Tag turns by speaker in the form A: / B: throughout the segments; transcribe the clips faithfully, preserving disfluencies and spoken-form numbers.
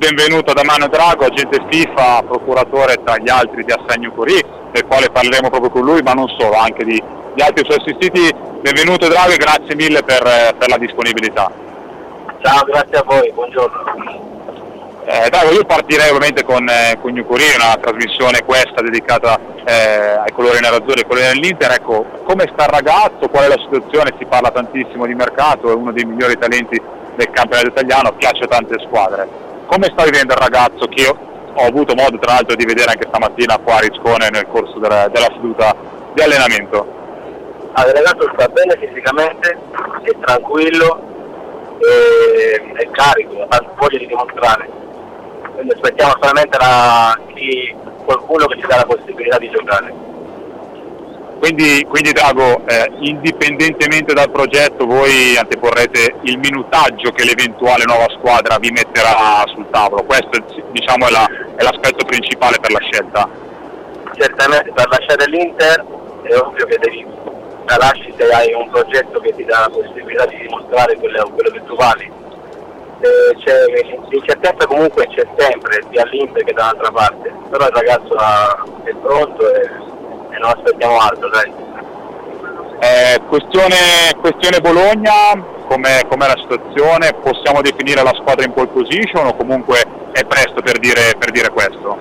A: benvenuto da Mano Drago, agente FIFA, procuratore tra gli altri di Assegno Curì, del quale parleremo proprio con lui, ma non solo, anche di, di altri suoi assistiti. Benvenuto Drago e grazie mille per, per la disponibilità.
B: Ciao, grazie a voi, buongiorno.
A: Eh, Drago, io partirei ovviamente con, eh, con New Curì, una trasmissione questa dedicata eh, ai colori nerazzurri e ai colori dell'Inter. Ecco, come sta il ragazzo, qual è la situazione? Si parla tantissimo di mercato, è uno dei migliori talenti del campionato italiano, piace a tante squadre. Come sta vivendo il ragazzo, che io ho avuto modo tra l'altro di vedere anche stamattina qua a Riscone nel corso della, della seduta di allenamento?
B: Allora, il ragazzo sta bene fisicamente, è tranquillo, è, è carico, ha voglia di dimostrare. Quindi aspettiamo solamente la, chi, qualcuno che ci dà la possibilità di giocare.
A: Quindi, quindi Drago, eh, indipendentemente dal progetto, voi anteporrete il minutaggio che l'eventuale nuova squadra vi metterà sul tavolo. Questo diciamo, è, la, è l'aspetto principale per la scelta.
B: Certamente, per lasciare l'Inter è ovvio che devi, la lasci se hai un progetto che ti dà la possibilità di dimostrare quello, quello che tu vali. Eh, c'è, l'incertezza comunque c'è sempre, sia all'Inter che dall'altra parte, però il ragazzo ha, è pronto e, e non aspettiamo altro, dai.
A: Eh, questione, questione Bologna, com'è, com'è la situazione? Possiamo definire la squadra in pole position o comunque è presto per dire, per dire questo?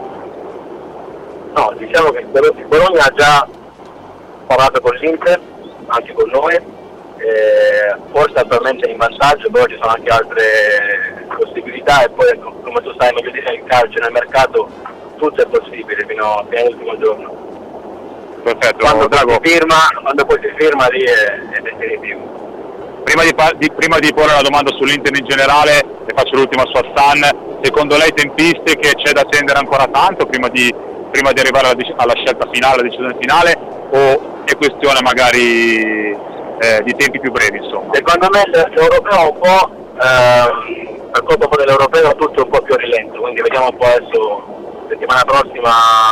B: No, diciamo che Bologna ha già parlato con l'Inter, anche con noi. Eh, forse attualmente è in vantaggio, però ci sono anche altre possibilità e poi come tu sai meglio di me, il calcio nel mercato tutto è possibile fino, fino all'ultimo giorno.
A: Perfetto.
B: Quando
A: Drago,
B: poi si firma, quando poi si firma lì è, è definitivo.
A: Prima di, di, prima di porre la domanda sull'Inter in generale, le faccio l'ultima su Hassan. Secondo lei tempistiche c'è da attendere ancora tanto prima di, prima di arrivare alla, alla scelta finale, alla decisione finale, o è questione magari Eh, di tempi più brevi, insomma?
B: Secondo me l'europeo un po', eh, per colpa poi dell'europeo tutto è un po' più a rilento, quindi vediamo un po' adesso, settimana prossima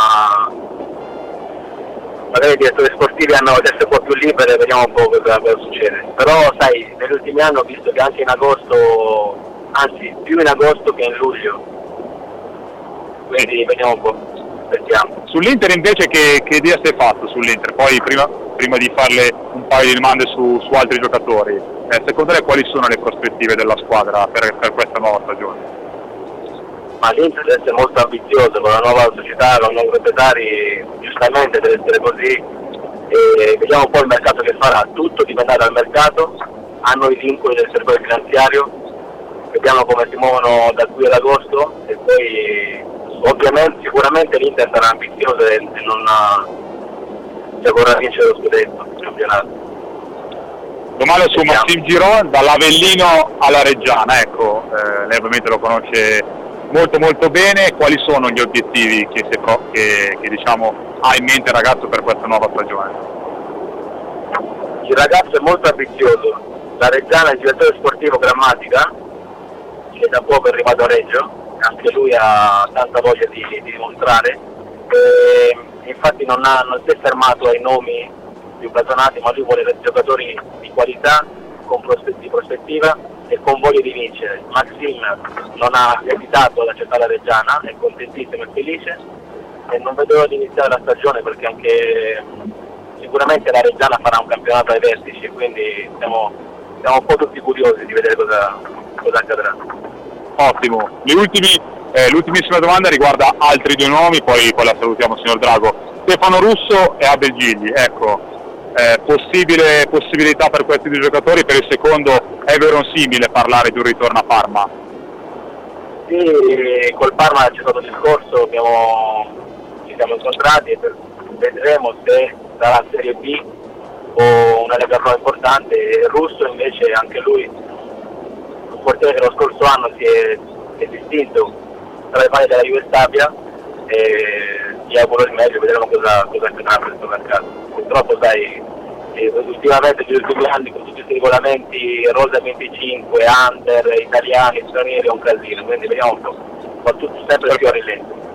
B: magari i direttori sportivi hanno teste un po' più libere, vediamo un po' cosa, cosa succede. Però sai, negli ultimi anni ho visto che anche in agosto, anzi più in agosto che in luglio, quindi vediamo un po', aspettiamo.
A: Sull'Inter invece che, che idea si è fatto sull'Inter? Poi prima, prima di farle un paio di domande su, su altri giocatori, eh, secondo lei quali sono le prospettive della squadra per, per questa nuova stagione?
B: Ma l'Inter deve essere molto ambizioso, con la nuova società, con i nuovi proprietari, giustamente deve essere così, e vediamo un po' il mercato che farà, tutto dipenderà dal mercato, hanno i vincoli del settore finanziario, vediamo come si muovono da qui ad agosto e poi ovviamente sicuramente l'Inter sarà ambizioso e non ha, cioè, vorrà vincere lo scudetto, il campionato.
A: Domanda su Massim Giron, dall'Avellino alla Reggiana, ecco, eh, lei ovviamente lo conosce molto molto bene, quali sono gli obiettivi che, se, che, che diciamo, ha in mente il ragazzo per questa nuova stagione?
B: Il ragazzo è molto ambizioso, la Reggiana, il direttore sportivo Grammatica, che da poco è arrivato a Reggio, anche lui ha tanta voglia di, di dimostrare, e infatti non, ha, non si è fermato ai nomi più blasonati, ma lui vuole giocatori di qualità, con prospe- di prospettiva e con voglia di vincere. Maxim non ha esitato ad accettare la Reggiana, è contentissimo e felice e non vedo l'ora di iniziare la stagione perché anche sicuramente la Reggiana farà un campionato ai vertici, quindi siamo, siamo un po' tutti curiosi di vedere cosa, cosa accadrà.
A: Ottimo. Le ultimi, eh, l'ultimissima domanda riguarda altri due nomi, poi, poi la salutiamo signor Drago. Stefano Russo e Abel Gigli, ecco, eh, possibile possibilità per questi due giocatori. Per il secondo è verosimile parlare di un ritorno a Parma?
B: Sì, col Parma c'è stato un discorso, abbiamo, ci siamo incontrati e per, vedremo se sarà Serie B o una Lega Pro importante. Il Russo invece anche lui, un portiere che lo scorso anno si è, si è distinto tra le mani della Juve Stabia, e gli auguro il meglio, vedremo cosa, cosa accadrà per questo mercato. Purtroppo sai, eh, ultimamente negli ultimi anni con tutti questi regolamenti Rosa venticinque, Under, italiani, stranieri è un casino, quindi vediamo un po', ma tutto sempre più a rilento.